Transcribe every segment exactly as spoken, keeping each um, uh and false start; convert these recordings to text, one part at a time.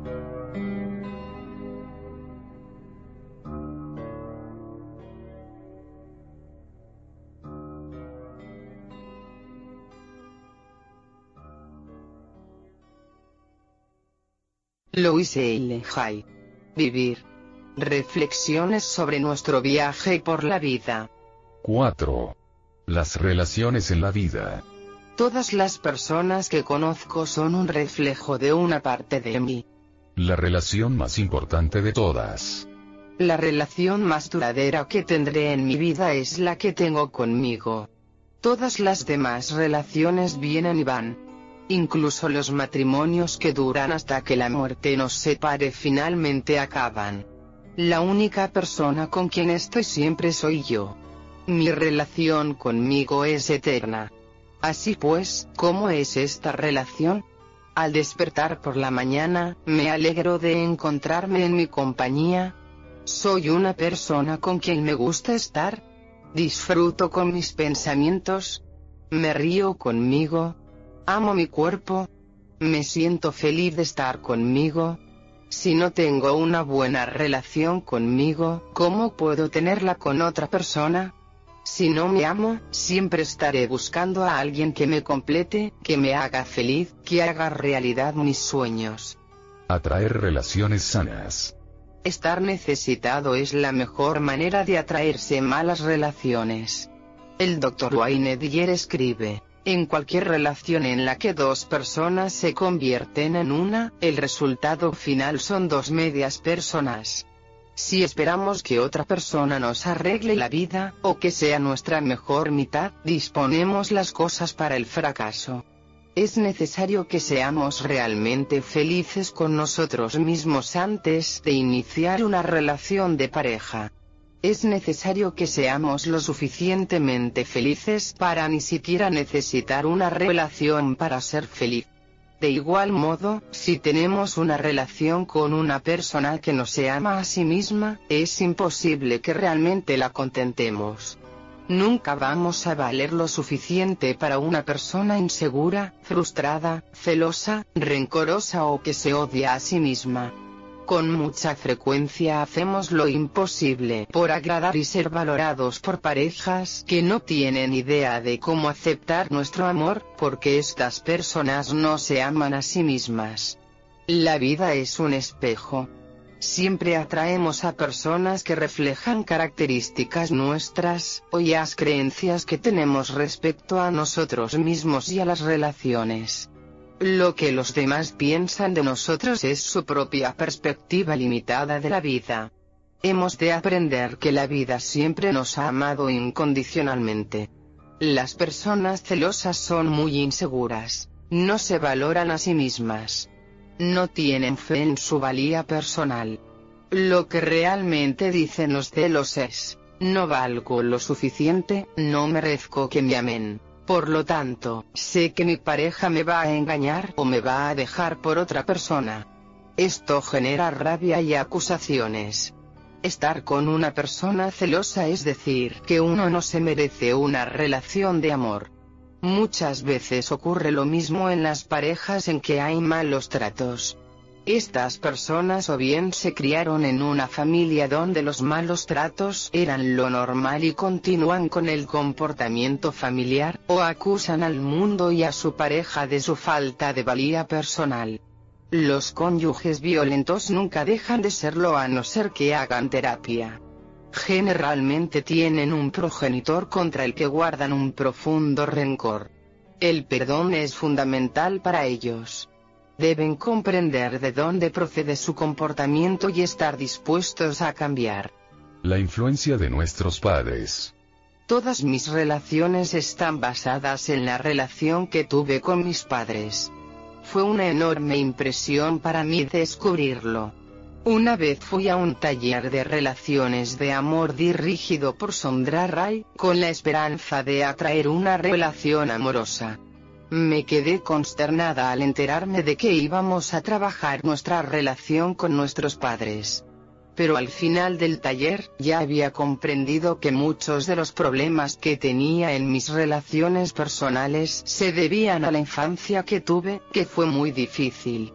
Louise L. Hay. Vivir. Reflexiones sobre nuestro viaje por la vida. cuatro. Las relaciones en la vida. Todas las personas que conozco son un reflejo de una parte de mí. La relación más importante de todas. La relación más duradera que tendré en mi vida es la que tengo conmigo. Todas las demás relaciones vienen y van. Incluso los matrimonios que duran hasta que la muerte nos separe finalmente acaban. La única persona con quien estoy siempre soy yo. Mi relación conmigo es eterna. Así pues, ¿cómo es esta relación? Al despertar por la mañana, me alegro de encontrarme en mi compañía. Soy una persona con quien me gusta estar. Disfruto con mis pensamientos. Me río conmigo. Amo mi cuerpo. Me siento feliz de estar conmigo. Si no tengo una buena relación conmigo, ¿cómo puedo tenerla con otra persona? Si no me amo, siempre estaré buscando a alguien que me complete, que me haga feliz, que haga realidad mis sueños. Atraer relaciones sanas. Estar necesitado es la mejor manera de atraerse malas relaciones. El doctor Wayne Dyer escribe: en cualquier relación en la que dos personas se convierten en una, el resultado final son dos medias personas. Si esperamos que otra persona nos arregle la vida, o que sea nuestra mejor mitad, disponemos las cosas para el fracaso. Es necesario que seamos realmente felices con nosotros mismos antes de iniciar una relación de pareja. Es necesario que seamos lo suficientemente felices para ni siquiera necesitar una relación para ser feliz. De igual modo, si tenemos una relación con una persona que no se ama a sí misma, es imposible que realmente la contentemos. Nunca vamos a valer lo suficiente para una persona insegura, frustrada, celosa, rencorosa o que se odia a sí misma. Con mucha frecuencia hacemos lo imposible por agradar y ser valorados por parejas que no tienen idea de cómo aceptar nuestro amor, porque estas personas no se aman a sí mismas. La vida es un espejo. Siempre atraemos a personas que reflejan características nuestras, o las creencias que tenemos respecto a nosotros mismos y a las relaciones. Lo que los demás piensan de nosotros es su propia perspectiva limitada de la vida. Hemos de aprender que la vida siempre nos ha amado incondicionalmente. Las personas celosas son muy inseguras, no se valoran a sí mismas. No tienen fe en su valía personal. Lo que realmente dicen los celos es: no valgo lo suficiente, no merezco que me amen. Por lo tanto, sé que mi pareja me va a engañar o me va a dejar por otra persona. Esto genera rabia y acusaciones. Estar con una persona celosa es decir que uno no se merece una relación de amor. Muchas veces ocurre lo mismo en las parejas en que hay malos tratos. Estas personas o bien se criaron en una familia donde los malos tratos eran lo normal y continúan con el comportamiento familiar, o acusan al mundo y a su pareja de su falta de valía personal. Los cónyuges violentos nunca dejan de serlo a no ser que hagan terapia. Generalmente tienen un progenitor contra el que guardan un profundo rencor. El perdón es fundamental para ellos. Deben comprender de dónde procede su comportamiento y estar dispuestos a cambiar. La influencia de nuestros padres. Todas mis relaciones están basadas en la relación que tuve con mis padres. Fue una enorme impresión para mí descubrirlo. Una vez fui a un taller de relaciones de amor dirigido por Sondra Ray, con la esperanza de atraer una relación amorosa. Me quedé consternada al enterarme de que íbamos a trabajar nuestra relación con nuestros padres. Pero al final del taller, ya había comprendido que muchos de los problemas que tenía en mis relaciones personales se debían a la infancia que tuve, que fue muy difícil.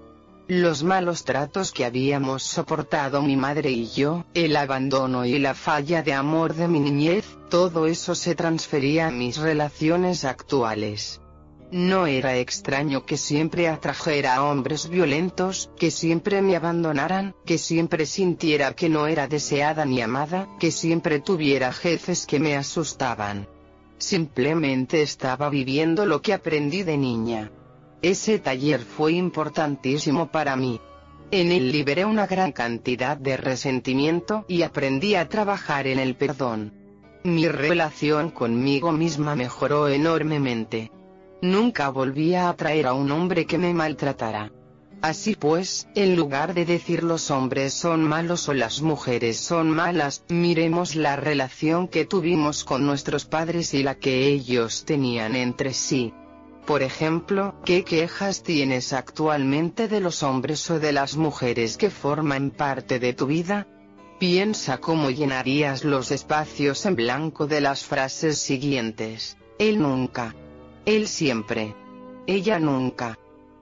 Los malos tratos que habíamos soportado mi madre y yo, el abandono y la falla de amor de mi niñez, todo eso se transfería a mis relaciones actuales. No era extraño que siempre atrajera a hombres violentos, que siempre me abandonaran, que siempre sintiera que no era deseada ni amada, que siempre tuviera jefes que me asustaban. Simplemente estaba viviendo lo que aprendí de niña. Ese taller fue importantísimo para mí. En él liberé una gran cantidad de resentimiento y aprendí a trabajar en el perdón. Mi relación conmigo misma mejoró enormemente. Nunca volví a atraer a un hombre que me maltratara. Así pues, en lugar de decir los hombres son malos o las mujeres son malas, miremos la relación que tuvimos con nuestros padres y la que ellos tenían entre sí. Por ejemplo, ¿qué quejas tienes actualmente de los hombres o de las mujeres que forman parte de tu vida? Piensa cómo llenarías los espacios en blanco de las frases siguientes. Él nunca. Él siempre. Ella nunca.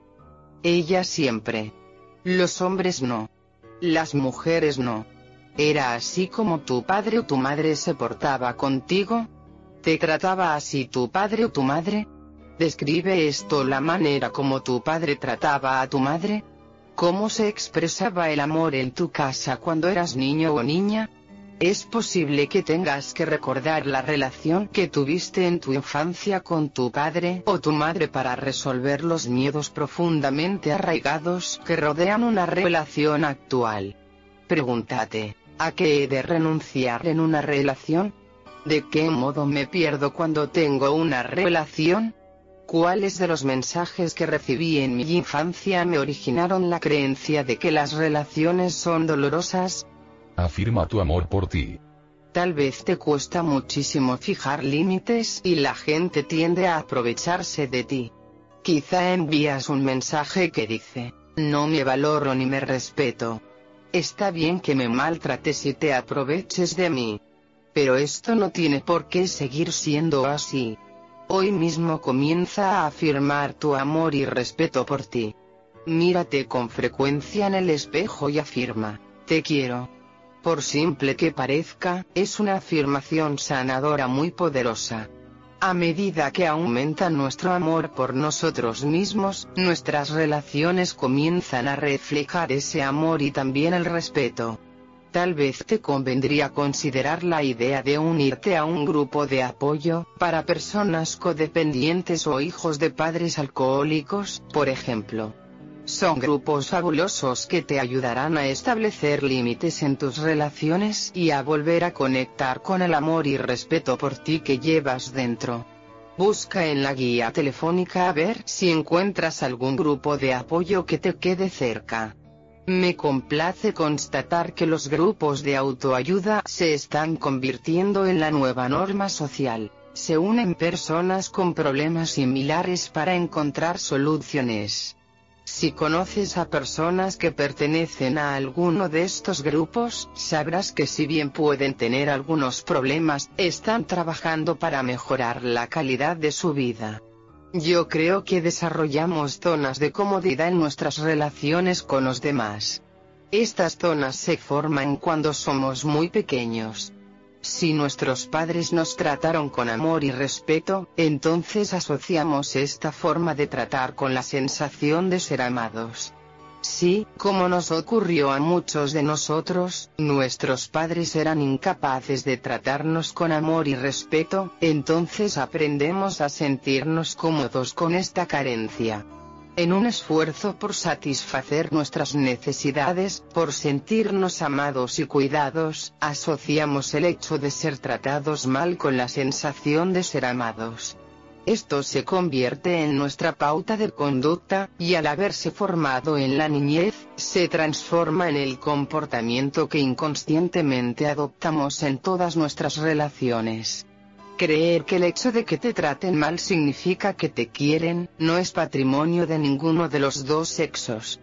Ella siempre. Los hombres no. Las mujeres no. ¿Era así como tu padre o tu madre se portaba contigo? ¿Te trataba así tu padre o tu madre? ¿Describe esto la manera como tu padre trataba a tu madre? ¿Cómo se expresaba el amor en tu casa cuando eras niño o niña? Es posible que tengas que recordar la relación que tuviste en tu infancia con tu padre o tu madre para resolver los miedos profundamente arraigados que rodean una relación actual. Pregúntate, ¿a qué he de renunciar en una relación? ¿De qué modo me pierdo cuando tengo una relación? ¿Cuáles de los mensajes que recibí en mi infancia me originaron la creencia de que las relaciones son dolorosas? Afirma tu amor por ti. Tal vez te cuesta muchísimo fijar límites y la gente tiende a aprovecharse de ti. Quizá envías un mensaje que dice, no me valoro ni me respeto. Está bien que me maltrates y te aproveches de mí. Pero esto no tiene por qué seguir siendo así. Hoy mismo comienza a afirmar tu amor y respeto por ti. Mírate con frecuencia en el espejo y afirma, te quiero. Por simple que parezca, es una afirmación sanadora muy poderosa. A medida que aumenta nuestro amor por nosotros mismos, nuestras relaciones comienzan a reflejar ese amor y también el respeto. Tal vez te convendría considerar la idea de unirte a un grupo de apoyo, para personas codependientes o hijos de padres alcohólicos, por ejemplo. Son grupos fabulosos que te ayudarán a establecer límites en tus relaciones y a volver a conectar con el amor y respeto por ti que llevas dentro. Busca en la guía telefónica a ver si encuentras algún grupo de apoyo que te quede cerca. Me complace constatar que los grupos de autoayuda se están convirtiendo en la nueva norma social. Se unen personas con problemas similares para encontrar soluciones. Si conoces a personas que pertenecen a alguno de estos grupos, sabrás que si bien pueden tener algunos problemas, están trabajando para mejorar la calidad de su vida. Yo creo que desarrollamos zonas de comodidad en nuestras relaciones con los demás. Estas zonas se forman cuando somos muy pequeños. Si nuestros padres nos trataron con amor y respeto, entonces asociamos esta forma de tratar con la sensación de ser amados. Si, como nos ocurrió a muchos de nosotros, nuestros padres eran incapaces de tratarnos con amor y respeto, entonces aprendemos a sentirnos cómodos con esta carencia. En un esfuerzo por satisfacer nuestras necesidades, por sentirnos amados y cuidados, asociamos el hecho de ser tratados mal con la sensación de ser amados. Esto se convierte en nuestra pauta de conducta, y al haberse formado en la niñez, se transforma en el comportamiento que inconscientemente adoptamos en todas nuestras relaciones. Creer que el hecho de que te traten mal significa que te quieren, no es patrimonio de ninguno de los dos sexos.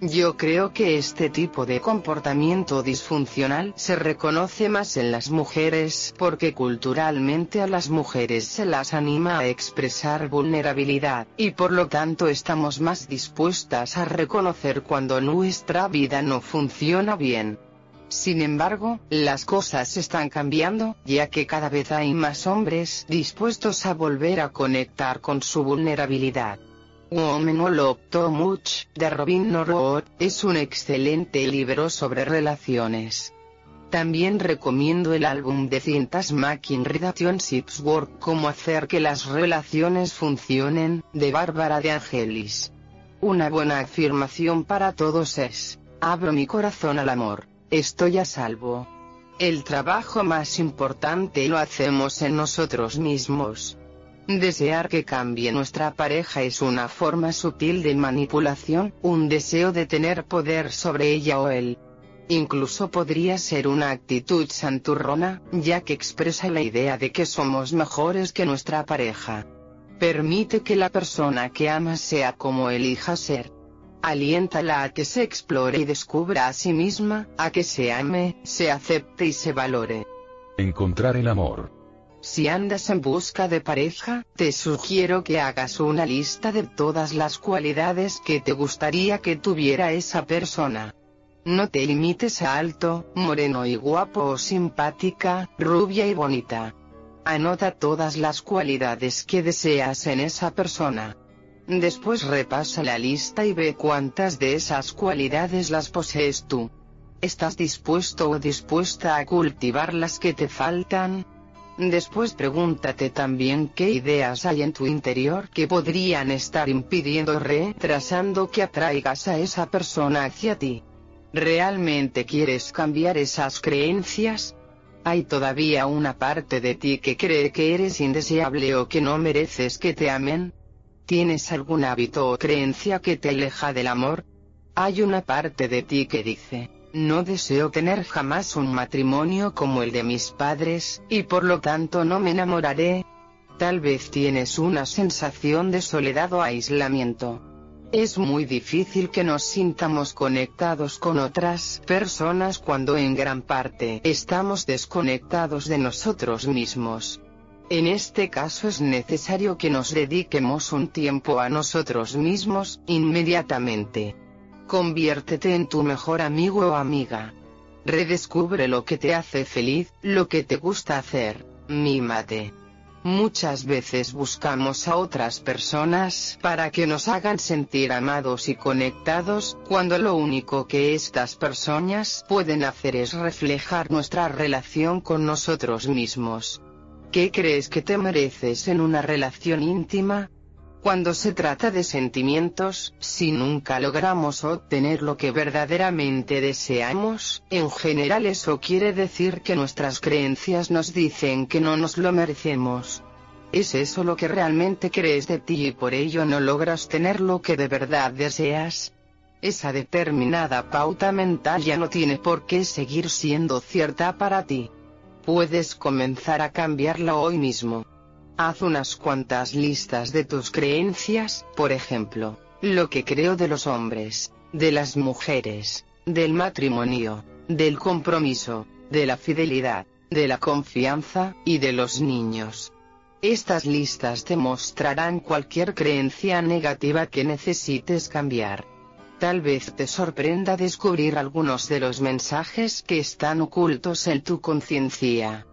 Yo creo que este tipo de comportamiento disfuncional se reconoce más en las mujeres porque culturalmente a las mujeres se las anima a expresar vulnerabilidad, y por lo tanto estamos más dispuestas a reconocer cuando nuestra vida no funciona bien. Sin embargo, las cosas están cambiando, ya que cada vez hay más hombres dispuestos a volver a conectar con su vulnerabilidad. Women Who Loved Too Much, de Robin Norwood, es un excelente libro sobre relaciones. También recomiendo el álbum de cintas Making Relationships Work, Cómo hacer que las relaciones funcionen, de Bárbara de Angelis. Una buena afirmación para todos es: abro mi corazón al amor, estoy a salvo. El trabajo más importante lo hacemos en nosotros mismos. Desear que cambie nuestra pareja es una forma sutil de manipulación, un deseo de tener poder sobre ella o él. Incluso podría ser una actitud santurrona, ya que expresa la idea de que somos mejores que nuestra pareja. Permite que la persona que amas sea como elija ser. Aliéntala a que se explore y descubra a sí misma, a que se ame, se acepte y se valore. Encontrar el amor. Si andas en busca de pareja, te sugiero que hagas una lista de todas las cualidades que te gustaría que tuviera esa persona. No te limites a alto, moreno y guapo o simpática, rubia y bonita. Anota todas las cualidades que deseas en esa persona. Después repasa la lista y ve cuántas de esas cualidades las posees tú. ¿Estás dispuesto o dispuesta a cultivar las que te faltan? Después pregúntate también qué ideas hay en tu interior que podrían estar impidiendo o retrasando que atraigas a esa persona hacia ti. ¿Realmente quieres cambiar esas creencias? ¿Hay todavía una parte de ti que cree que eres indeseable o que no mereces que te amen? ¿Tienes algún hábito o creencia que te aleja del amor? Hay una parte de ti que dice: no deseo tener jamás un matrimonio como el de mis padres, y por lo tanto no me enamoraré. Tal vez tienes una sensación de soledad o aislamiento. Es muy difícil que nos sintamos conectados con otras personas cuando en gran parte estamos desconectados de nosotros mismos. En este caso es necesario que nos dediquemos un tiempo a nosotros mismos, inmediatamente. Conviértete en tu mejor amigo o amiga. Redescubre lo que te hace feliz, lo que te gusta hacer, mímate. Muchas veces buscamos a otras personas para que nos hagan sentir amados y conectados, cuando lo único que estas personas pueden hacer es reflejar nuestra relación con nosotros mismos. ¿Qué crees que te mereces en una relación íntima? Cuando se trata de sentimientos, si nunca logramos obtener lo que verdaderamente deseamos, en general eso quiere decir que nuestras creencias nos dicen que no nos lo merecemos. ¿Es eso lo que realmente crees de ti y por ello no logras tener lo que de verdad deseas? Esa determinada pauta mental ya no tiene por qué seguir siendo cierta para ti. Puedes comenzar a cambiarla hoy mismo. Haz unas cuantas listas de tus creencias, por ejemplo, lo que creo de los hombres, de las mujeres, del matrimonio, del compromiso, de la fidelidad, de la confianza, y de los niños. Estas listas te mostrarán cualquier creencia negativa que necesites cambiar. Tal vez te sorprenda descubrir algunos de los mensajes que están ocultos en tu conciencia.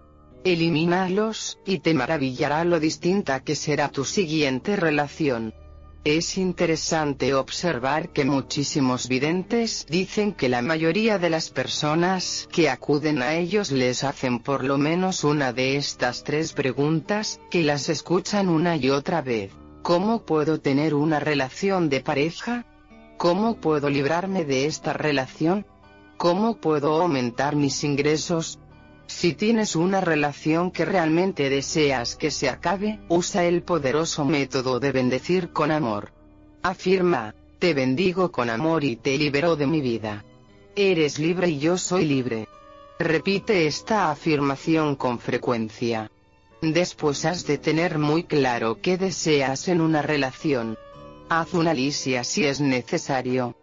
Elimínalos, y te maravillará lo distinta que será tu siguiente relación. Es interesante observar que muchísimos videntes dicen que la mayoría de las personas que acuden a ellos les hacen por lo menos una de estas tres preguntas, que las escuchan una y otra vez. ¿Cómo puedo tener una relación de pareja? ¿Cómo puedo librarme de esta relación? ¿Cómo puedo aumentar mis ingresos? Si tienes una relación que realmente deseas que se acabe, usa el poderoso método de bendecir con amor. Afirma: te bendigo con amor y te libero de mi vida. Eres libre y yo soy libre. Repite esta afirmación con frecuencia. Después has de tener muy claro qué deseas en una relación. Haz una lista si es necesario.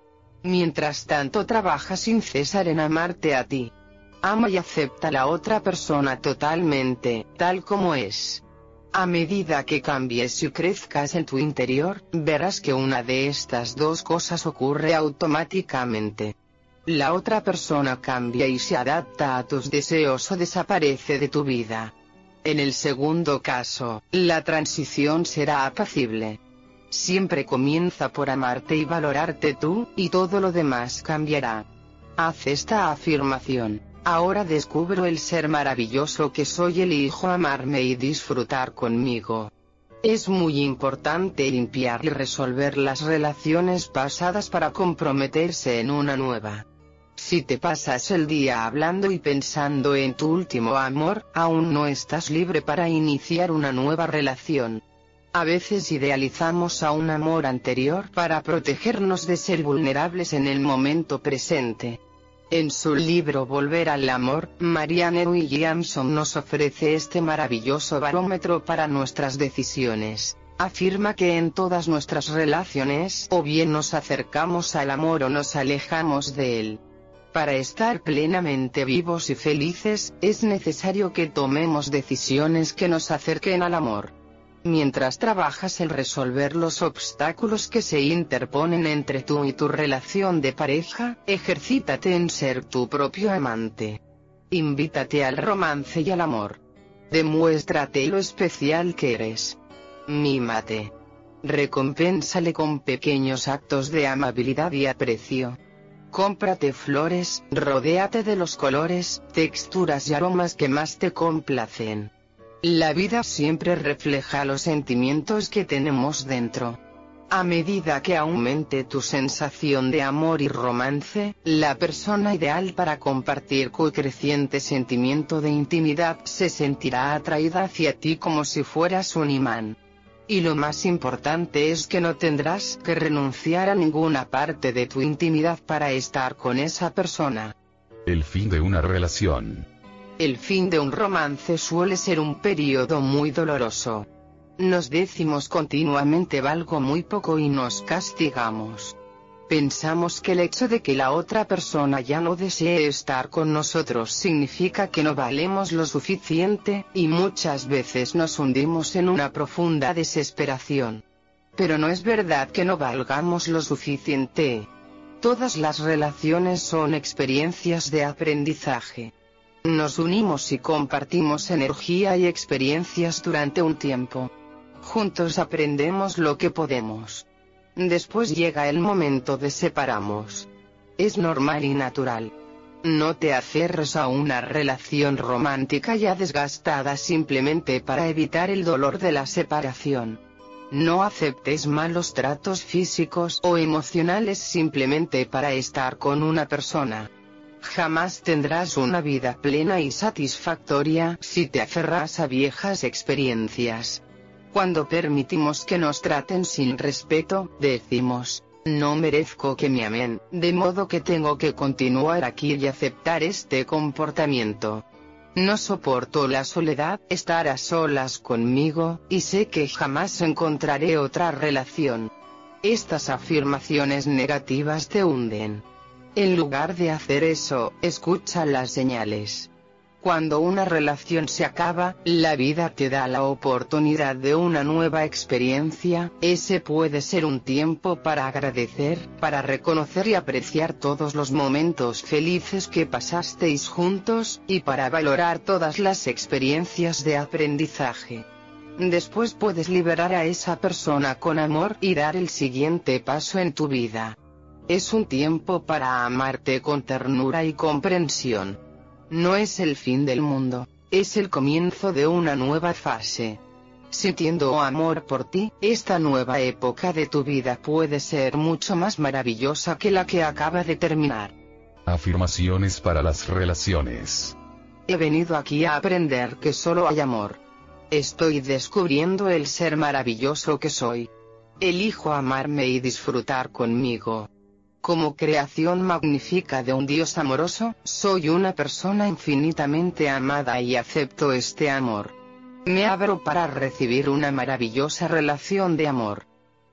Mientras tanto trabaja sin cesar en amarte a ti. Ama y acepta a la otra persona totalmente, tal como es. A medida que cambies y crezcas en tu interior, verás que una de estas dos cosas ocurre automáticamente. La otra persona cambia y se adapta a tus deseos o desaparece de tu vida. En el segundo caso, la transición será apacible. Siempre comienza por amarte y valorarte tú, y todo lo demás cambiará. Haz esta afirmación: ahora descubro el ser maravilloso que soy, elijo amarme y disfrutar conmigo. Es muy importante limpiar y resolver las relaciones pasadas para comprometerse en una nueva. Si te pasas el día hablando y pensando en tu último amor, aún no estás libre para iniciar una nueva relación. A veces idealizamos a un amor anterior para protegernos de ser vulnerables en el momento presente. En su libro Volver al amor, Marianne Williamson nos ofrece este maravilloso barómetro para nuestras decisiones. Afirma que en todas nuestras relaciones, o bien nos acercamos al amor o nos alejamos de él. Para estar plenamente vivos y felices, es necesario que tomemos decisiones que nos acerquen al amor. Mientras trabajas en resolver los obstáculos que se interponen entre tú y tu relación de pareja, ejercítate en ser tu propio amante. Invítate al romance y al amor. Demuéstrate lo especial que eres. Mímate. Recompénsale con pequeños actos de amabilidad y aprecio. Cómprate flores, rodéate de los colores, texturas y aromas que más te complacen. La vida siempre refleja los sentimientos que tenemos dentro. A medida que aumente tu sensación de amor y romance, la persona ideal para compartir tu creciente sentimiento de intimidad se sentirá atraída hacia ti como si fueras un imán. Y lo más importante es que no tendrás que renunciar a ninguna parte de tu intimidad para estar con esa persona. El fin de una relación. El fin de un romance suele ser un periodo muy doloroso. Nos decimos continuamente valgo muy poco y nos castigamos. Pensamos que el hecho de que la otra persona ya no desee estar con nosotros significa que no valemos lo suficiente, y muchas veces nos hundimos en una profunda desesperación. Pero no es verdad que no valgamos lo suficiente. Todas las relaciones son experiencias de aprendizaje. Nos unimos y compartimos energía y experiencias durante un tiempo. Juntos aprendemos lo que podemos. Después llega el momento de separarnos. Es normal y natural. No te aferres a una relación romántica ya desgastada simplemente para evitar el dolor de la separación. No aceptes malos tratos físicos o emocionales simplemente para estar con una persona. Jamás tendrás una vida plena y satisfactoria si te aferras a viejas experiencias. Cuando permitimos que nos traten sin respeto, decimos, no merezco que me amen, de modo que tengo que continuar aquí y aceptar este comportamiento. No soporto la soledad, estar a solas conmigo, y sé que jamás encontraré otra relación. Estas afirmaciones negativas te hunden. En lugar de hacer eso, escucha las señales. Cuando una relación se acaba, la vida te da la oportunidad de una nueva experiencia. Ese puede ser un tiempo para agradecer, para reconocer y apreciar todos los momentos felices que pasasteis juntos, y para valorar todas las experiencias de aprendizaje. Después puedes liberar a esa persona con amor y dar el siguiente paso en tu vida. Es un tiempo para amarte con ternura y comprensión. No es el fin del mundo, es el comienzo de una nueva fase. Sintiendo amor por ti, esta nueva época de tu vida puede ser mucho más maravillosa que la que acaba de terminar. Afirmaciones para las relaciones. He venido aquí a aprender que solo hay amor. Estoy descubriendo el ser maravilloso que soy. Elijo amarme y disfrutar conmigo. Como creación magnífica de un Dios amoroso, soy una persona infinitamente amada y acepto este amor. Me abro para recibir una maravillosa relación de amor.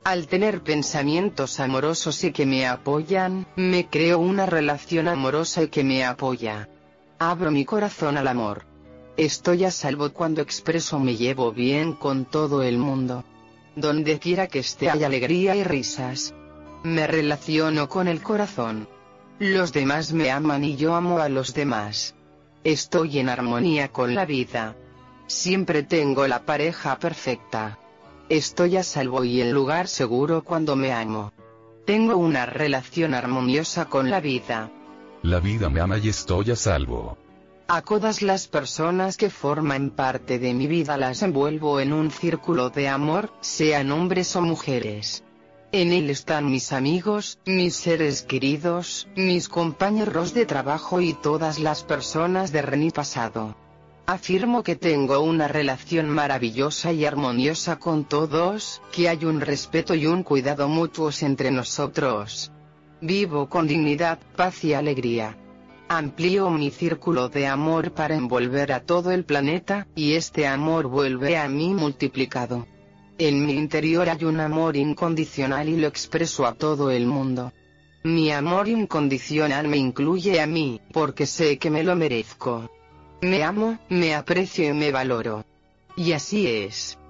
Al tener pensamientos amorosos y que me apoyan, me creo una relación amorosa y que me apoya. Abro mi corazón al amor. Estoy a salvo cuando expreso me llevo bien con todo el mundo. Donde quiera que esté hay alegría y risas. Me relaciono con el corazón. Los demás me aman y yo amo a los demás. Estoy en armonía con la vida. Siempre tengo la pareja perfecta. Estoy a salvo y en lugar seguro cuando me amo. Tengo una relación armoniosa con la vida. La vida me ama y estoy a salvo. A todas las personas que forman parte de mi vida las envuelvo en un círculo de amor, sean hombres o mujeres. En él están mis amigos, mis seres queridos, mis compañeros de trabajo y todas las personas de mi pasado. Afirmo que tengo una relación maravillosa y armoniosa con todos, que hay un respeto y un cuidado mutuos entre nosotros. Vivo con dignidad, paz y alegría. Amplío mi círculo de amor para envolver a todo el planeta, y este amor vuelve a mí multiplicado. En mi interior hay un amor incondicional y lo expreso a todo el mundo. Mi amor incondicional me incluye a mí, porque sé que me lo merezco. Me amo, me aprecio y me valoro. Y así es.